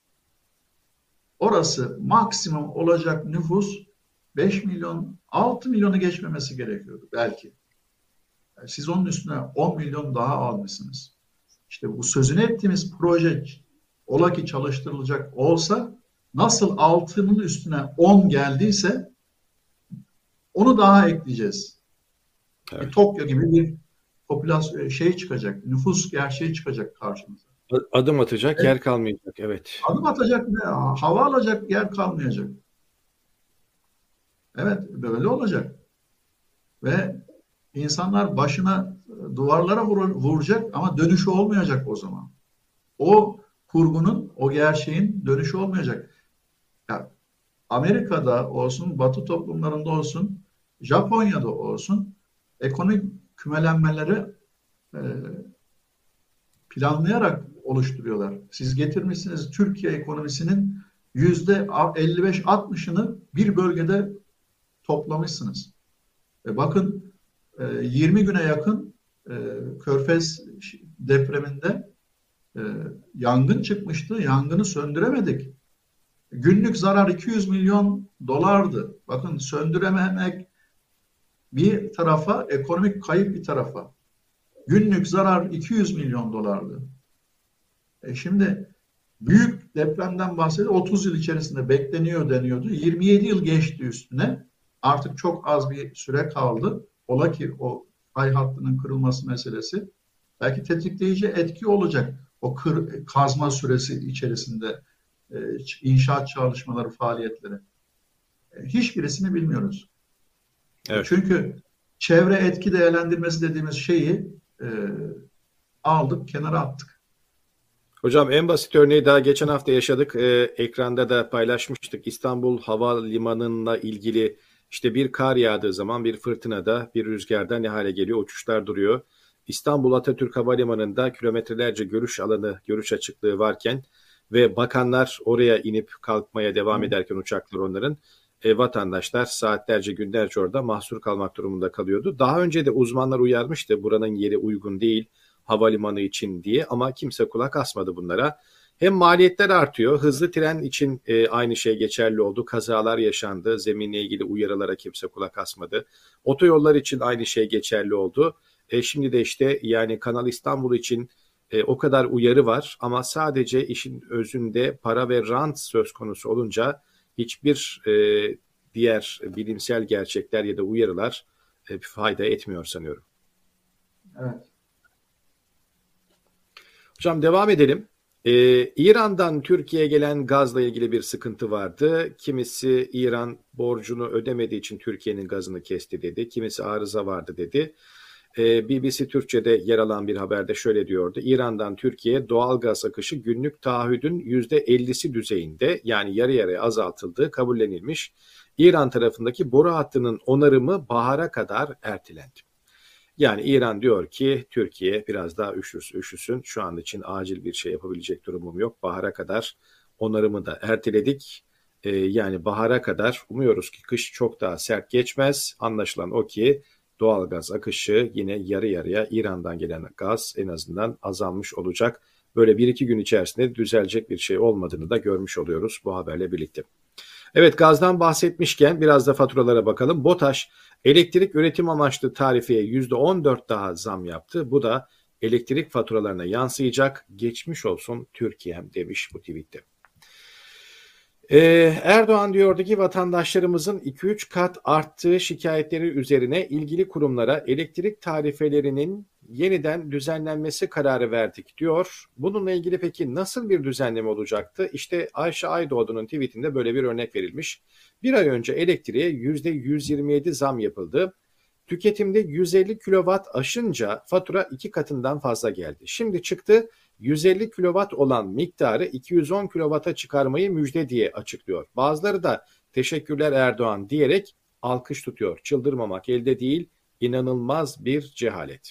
Orası maksimum olacak nüfus 5 milyon, 6 milyonu geçmemesi gerekiyordu belki. Yani siz onun üstüne 10 milyon daha almışsınız. İşte bu sözünü ettiğimiz proje ola ki çalıştırılacak olsa nasıl 6'nın üstüne 10 geldiyse onu daha ekleyeceğiz. Evet. Bir Tokyo gibi bir popülasyon çıkacak, nüfus gerçeği çıkacak karşımıza. Adım atacak yer kalmayacak. Evet. Adım atacak ve hava alacak yer kalmayacak. Evet, böyle olacak. Ve insanlar başına duvarlara vuracak ama dönüşü olmayacak o zaman. O kurgunun, o gerçeğin dönüşü olmayacak. Yani Amerika'da olsun, Batı toplumlarında olsun, Japonya'da olsun ekonomik kümelenmeleri e, planlayarak oluşturuyorlar. Siz getirmişsiniz Türkiye ekonomisinin %55-60'ını bir bölgede toplamışsınız. Bakın 20 güne yakın Körfez depreminde yangın çıkmıştı. Yangını söndüremedik. Günlük zarar 200 milyon dolardı. Bakın söndürememek bir tarafa, ekonomik kayıp bir tarafa. Günlük zarar 200 milyon dolardı. Şimdi büyük depremden bahsediyor. 30 yıl içerisinde bekleniyor deniyordu. 27 yıl geçti üstüne. Artık çok az bir süre kaldı. Ola ki o fay hattının kırılması meselesi belki tetikleyici etki olacak. O kazma süresi içerisinde inşaat çalışmaları, faaliyetleri. Hiçbirisini bilmiyoruz. Evet. Çünkü çevre etki değerlendirmesi dediğimiz şeyi aldık, kenara attık. Hocam en basit örneği daha geçen hafta yaşadık. Ekranda da paylaşmıştık. İstanbul Havalimanı'nla ilgili işte bir kar yağdığı zaman bir fırtınada, bir rüzgarda ne hale geliyor? Uçuşlar duruyor. İstanbul Atatürk Havalimanı'nda kilometrelerce görüş alanı, görüş açıklığı varken ve bakanlar oraya inip kalkmaya devam ederken uçaklar onların vatandaşlar saatlerce, günlerce orada mahsur kalmak durumunda kalıyordu. Daha önce de uzmanlar uyarmıştı buranın yeri uygun değil havalimanı için diye ama kimse kulak asmadı bunlara. Hem maliyetler artıyor, hızlı tren için aynı şey geçerli oldu. Kazalar yaşandı, zeminle ilgili uyarılara kimse kulak asmadı. Otoyollar için aynı şey geçerli oldu. Şimdi de işte yani Kanal İstanbul için o kadar uyarı var ama sadece işin özünde para ve rant söz konusu olunca hiçbir diğer bilimsel gerçekler ya da uyarılar fayda etmiyor sanıyorum. Evet. Hocam devam edelim. İran'dan Türkiye'ye gelen gazla ilgili bir sıkıntı vardı. Kimisi İran borcunu ödemediği için Türkiye'nin gazını kesti dedi. Kimisi arıza vardı dedi. BBC Türkçe'de yer alan bir haberde şöyle diyordu. İran'dan Türkiye'ye doğal gaz akışı günlük taahhüdün %50'si düzeyinde yani yarı yarıya azaltıldığı kabullenilmiş. İran tarafındaki boru hattının onarımı bahara kadar ertelendi. Yani İran diyor ki Türkiye biraz daha üşüsün. Şu an için acil bir şey yapabilecek durumum yok. Bahara kadar onarımı da erteledik. Yani bahara kadar umuyoruz ki kış çok daha sert geçmez. Anlaşılan o ki doğalgaz akışı yine yarı yarıya İran'dan gelen gaz en azından azalmış olacak. Böyle bir iki gün içerisinde düzelecek bir şey olmadığını da görmüş oluyoruz bu haberle birlikte. Evet, gazdan bahsetmişken biraz da faturalara bakalım. BOTAŞ elektrik üretim amaçlı tarifeye %14 daha zam yaptı. Bu da elektrik faturalarına yansıyacak. Geçmiş olsun Türkiye'm demiş bu tweette. Erdoğan diyordu ki vatandaşlarımızın 2-3 kat arttığı şikayetleri üzerine ilgili kurumlara elektrik tarifelerinin yeniden düzenlenmesi kararı verdik diyor. Bununla ilgili peki nasıl bir düzenleme olacaktı? İşte Ayşe Aydoğdu'nun tweetinde böyle bir örnek verilmiş. Bir ay önce elektriğe %127 zam yapıldı. Tüketimde 150 kilowatt aşınca fatura 2 katından fazla geldi. Şimdi çıktı 150 kilowatt olan miktarı 210 kilowatt'a çıkarmayı müjde diye açıklıyor. Bazıları da teşekkürler Erdoğan diyerek alkış tutuyor. Çıldırmamak elde değil, inanılmaz bir cehalet.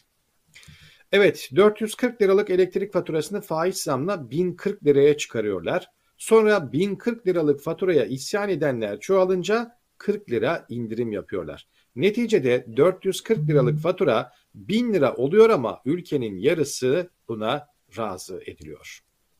Evet, 440 liralık elektrik faturasını faiz zamla 1040 liraya çıkarıyorlar. Sonra 1040 liralık faturaya isyan edenler çoğalınca 40 lira indirim yapıyorlar. Neticede 440 liralık fatura 1000 lira oluyor ama ülkenin yarısı buna razı ediliyor.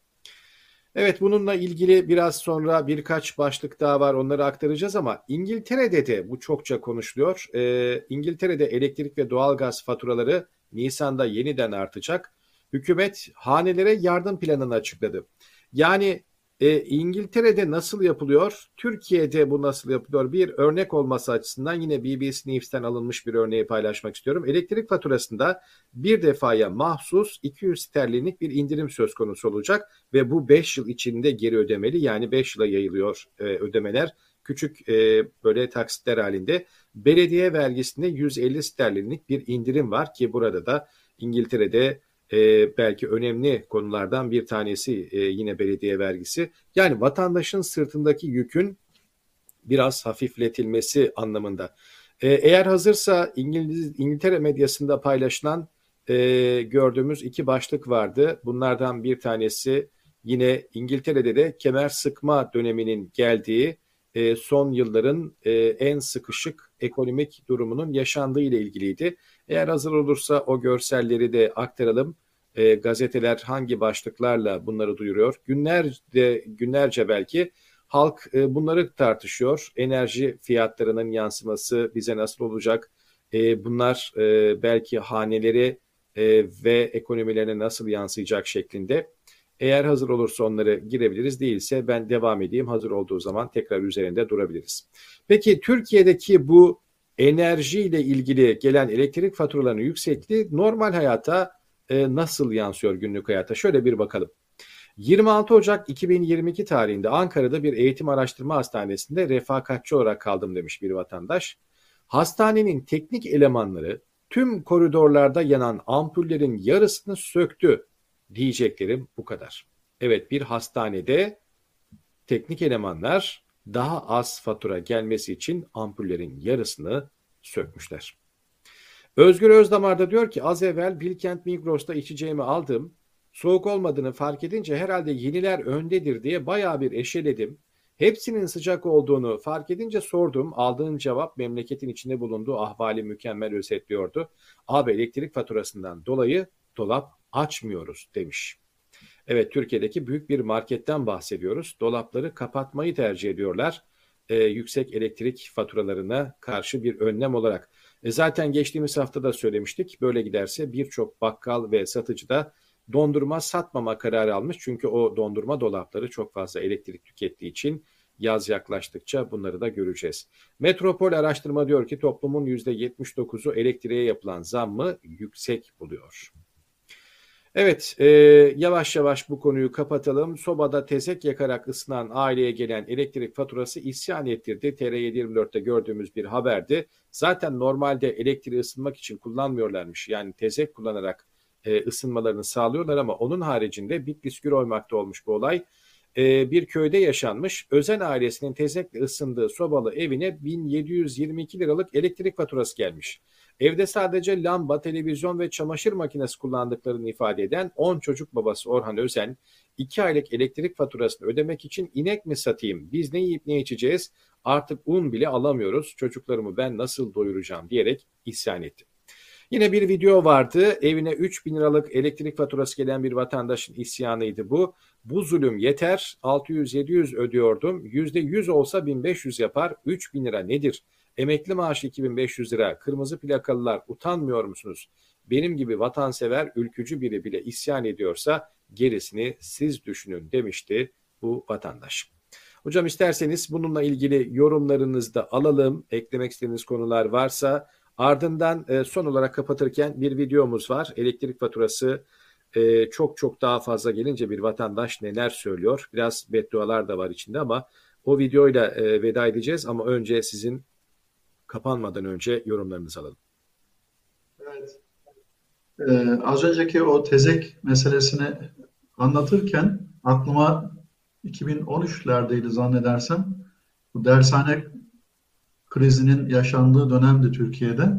Evet, bununla ilgili biraz sonra birkaç başlık daha var, onları aktaracağız ama İngiltere'de de bu çokça konuşuluyor. İngiltere'de elektrik ve doğalgaz faturaları Nisan'da yeniden artacak. Hükümet hanelere yardım planını açıkladı. Yani İngiltere'de nasıl yapılıyor, Türkiye'de bu nasıl yapılıyor? Bir örnek olması açısından yine BBC News'ten alınmış bir örneği paylaşmak istiyorum. Elektrik faturasında bir defaya mahsus 200 sterlinlik bir indirim söz konusu olacak ve bu 5 yıl içinde geri ödemeli, yani 5 yıla yayılıyor ödemeler. Küçük böyle taksitler halinde. Belediye vergisinde 150 sterlinlik bir indirim var ki burada da İngiltere'de belki önemli konulardan bir tanesi yine belediye vergisi. Yani vatandaşın sırtındaki yükün biraz hafifletilmesi anlamında. Eğer hazırsa İngiltere medyasında paylaşılan gördüğümüz iki başlık vardı. Bunlardan bir tanesi yine İngiltere'de de kemer sıkma döneminin geldiği son yılların en sıkışık ekonomik durumunun yaşandığı ile ilgiliydi. Eğer hazır olursa o görselleri de aktaralım. Gazeteler hangi başlıklarla bunları duyuruyor? Günlerce belki halk bunları tartışıyor. Enerji fiyatlarının yansıması bize nasıl olacak? Bunlar belki haneleri ve ekonomilerine nasıl yansıyacak şeklinde. Eğer hazır olursa onları girebiliriz. Değilse ben devam edeyim. Hazır olduğu zaman tekrar üzerinde durabiliriz. Peki Türkiye'deki bu enerjiyle ilgili gelen elektrik faturalarının yüksekliği normal hayata nasıl yansıyor, günlük hayata? Şöyle bir bakalım. 26 Ocak 2022 tarihinde Ankara'da bir eğitim araştırma hastanesinde refakatçi olarak kaldım demiş bir vatandaş. Hastanenin teknik elemanları tüm koridorlarda yanan ampullerin yarısını söktü. Diyeceklerim bu kadar. Evet, bir hastanede teknik elemanlar daha az fatura gelmesi için ampullerin yarısını sökmüşler. Özgür Özdamar da diyor ki az evvel Bilkent Migros'ta içeceğimi aldım. Soğuk olmadığını fark edince herhalde yeniler öndedir diye bayağı bir eşeledim. Hepsinin sıcak olduğunu fark edince sordum. Aldığım cevap memleketin içinde bulunduğu ahvali mükemmel özetliyordu. Abi elektrik faturasından dolayı dolap açmıyoruz demiş. Evet, Türkiye'deki büyük bir marketten bahsediyoruz. Dolapları kapatmayı tercih ediyorlar. Yüksek elektrik faturalarına karşı bir önlem olarak. Zaten geçtiğimiz hafta da söylemiştik. Böyle giderse birçok bakkal ve satıcı da dondurma satmama kararı almış. Çünkü o dondurma dolapları çok fazla elektrik tükettiği için yaz yaklaştıkça bunları da göreceğiz. Metropol araştırma diyor ki toplumun %79'u elektriğe yapılan zammı yüksek buluyor. Evet, yavaş yavaş bu konuyu kapatalım. Sobada tezek yakarak ısınan aileye gelen elektrik faturası isyan ettirdi. TR724'te gördüğümüz bir haberdi. Zaten normalde elektriği ısınmak için kullanmıyorlarmış. Yani tezek kullanarak ısınmalarını sağlıyorlar ama onun haricinde Bitlis Güroymak'ta olmuş bu olay. Bir köyde yaşanmış. Özen ailesinin tezekle ısındığı sobalı evine 1722 liralık elektrik faturası gelmiş. Evde sadece lamba, televizyon ve çamaşır makinesi kullandıklarını ifade eden 10 çocuk babası Orhan Özen, 2 aylık elektrik faturasını ödemek için inek mi satayım? Biz ne yiyip ne içeceğiz? Artık un bile alamıyoruz. Çocuklarımı ben nasıl doyuracağım diyerek isyan etti. Yine bir video vardı. Evine 3.000 liralık elektrik faturası gelen bir vatandaşın isyanıydı bu. Bu zulüm yeter. 600-700 ödüyordum. %100 olsa 1500 yapar. 3.000 lira nedir? Emekli maaşı 2500 lira. Kırmızı plakalılar utanmıyor musunuz? Benim gibi vatansever, ülkücü biri bile isyan ediyorsa gerisini siz düşünün demişti bu vatandaş. Hocam isterseniz bununla ilgili yorumlarınızı da alalım. Eklemek istediğiniz konular varsa. Ardından son olarak kapatırken bir videomuz var. Elektrik faturası çok daha fazla gelince bir vatandaş neler söylüyor? Biraz beddualar da var içinde ama o videoyla veda edeceğiz. Ama önce sizin kapanmadan önce yorumlarınızı alalım. Evet. Az önceki o tezek meselesini anlatırken aklıma 2013'lerdeydi zannedersem. Bu dershane krizinin yaşandığı dönemdi Türkiye'de.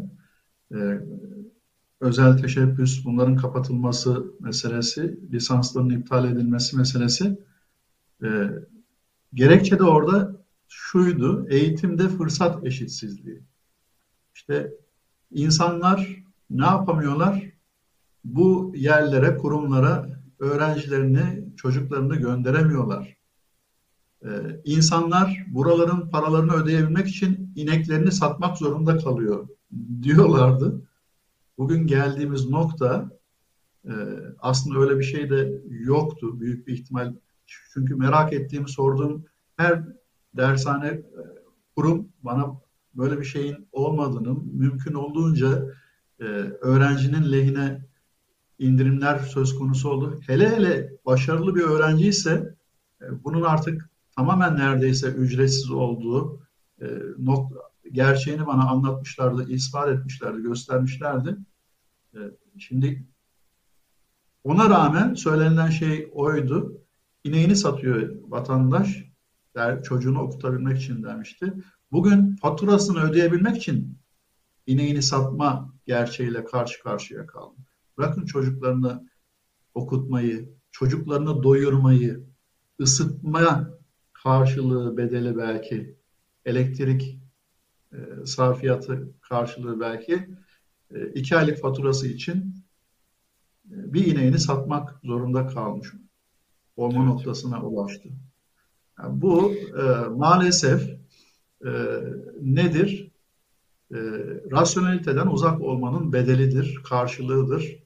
Özel teşebbüs, bunların kapatılması meselesi, lisansların iptal edilmesi meselesi. Gerekçe de orada şuydu, eğitimde fırsat eşitsizliği. İşte insanlar ne yapamıyorlar? Bu yerlere, kurumlara öğrencilerini, çocuklarını gönderemiyorlar. İnsanlar buraların paralarını ödeyebilmek için ineklerini satmak zorunda kalıyor diyorlardı. Bugün geldiğimiz nokta aslında öyle bir şey de yoktu büyük bir ihtimal. Çünkü merak ettiğim, sorduğum her dershane kurum bana böyle bir şeyin olmadığını, mümkün olduğunca öğrencinin lehine indirimler söz konusu oldu. Hele başarılı bir öğrenci ise bunun artık tamamen neredeyse ücretsiz olduğu gerçeğini bana anlatmışlardı, ispat etmişlerdi, göstermişlerdi. Şimdi ona rağmen söylenilen şey oydu. İneğini satıyor vatandaş, çocuğunu okutabilmek için demişti. Bugün faturasını ödeyebilmek için ineğini satma gerçeğiyle karşı karşıya kaldı. Bırakın çocuklarını okutmayı, çocuklarını doyurmayı, ısıtma karşılığı bedeli belki, elektrik sarfiyatı karşılığı belki 2 aylık faturası için bir ineğini satmak zorunda kalmış. Olma noktasına ulaştı. Yani bu maalesef nedir? Rasyoneliteden uzak olmanın bedelidir, karşılığıdır.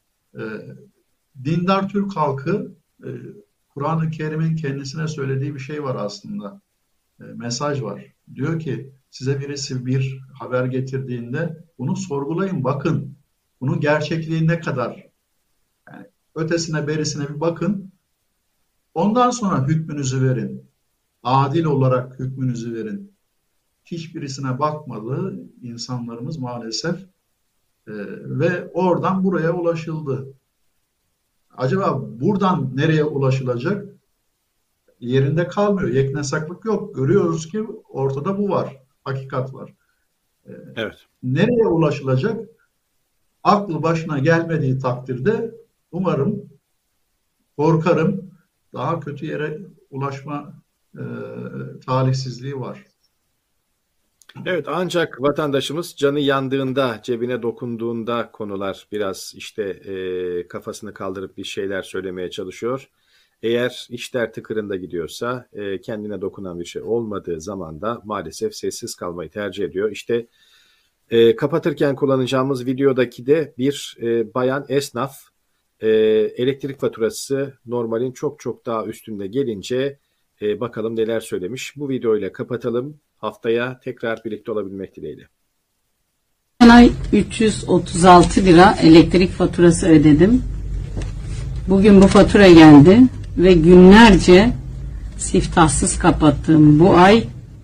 Dindar Türk halkı, Kur'an-ı Kerim'in kendisine söylediği bir şey var aslında. Mesaj var. Diyor ki size birisi bir haber getirdiğinde bunu sorgulayın, bakın. Bunun gerçekliği ne kadar? Yani ötesine berisine bir bakın. Ondan sonra hükmünüzü verin. Adil olarak hükmünüzü verin. Hiçbirisine bakmadı insanlarımız maalesef. Ve oradan buraya ulaşıldı. Acaba buradan nereye ulaşılacak? Yerinde kalmıyor. Yeknesaklık yok. Görüyoruz ki ortada bu var. Hakikat var. Evet. Nereye ulaşılacak? Aklı başına gelmediği takdirde umarım, korkarım daha kötü yere ulaşma talihsizliği var. Evet, ancak vatandaşımız canı yandığında, cebine dokunduğunda konular biraz işte kafasını kaldırıp bir şeyler söylemeye çalışıyor. Eğer işler tıkırında gidiyorsa, kendine dokunan bir şey olmadığı zaman da maalesef sessiz kalmayı tercih ediyor. İşte kapatırken kullanacağımız videodaki de bir bayan esnaf elektrik faturası normalin çok daha üstünde gelince bakalım neler söylemiş. Bu videoyla kapatalım. Haftaya tekrar birlikte olabilmek dileğiyle. Geçen ay 336 lira elektrik faturası ödedim. Bugün bu fatura geldi ve günlerce siftahsız kapattığım bu ay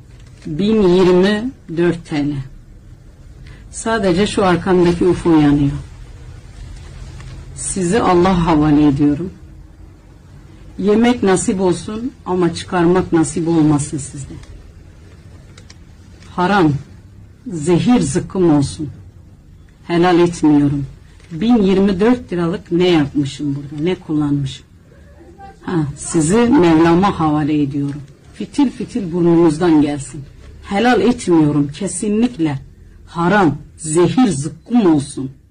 1024 TL. Sadece şu arkamdaki UFO yanıyor. Sizi Allah havale ediyorum. Yemek nasip olsun ama çıkarmak nasip olmasın sizde. Haram, zehir zıkkım olsun. Helal etmiyorum. 1024 liralık ne yapmışım burada, ne kullanmışım. Sizi Mevlam'a havale ediyorum. Fitil fitil burnunuzdan gelsin. Helal etmiyorum kesinlikle. Haram, zehir, zıkkım olsun.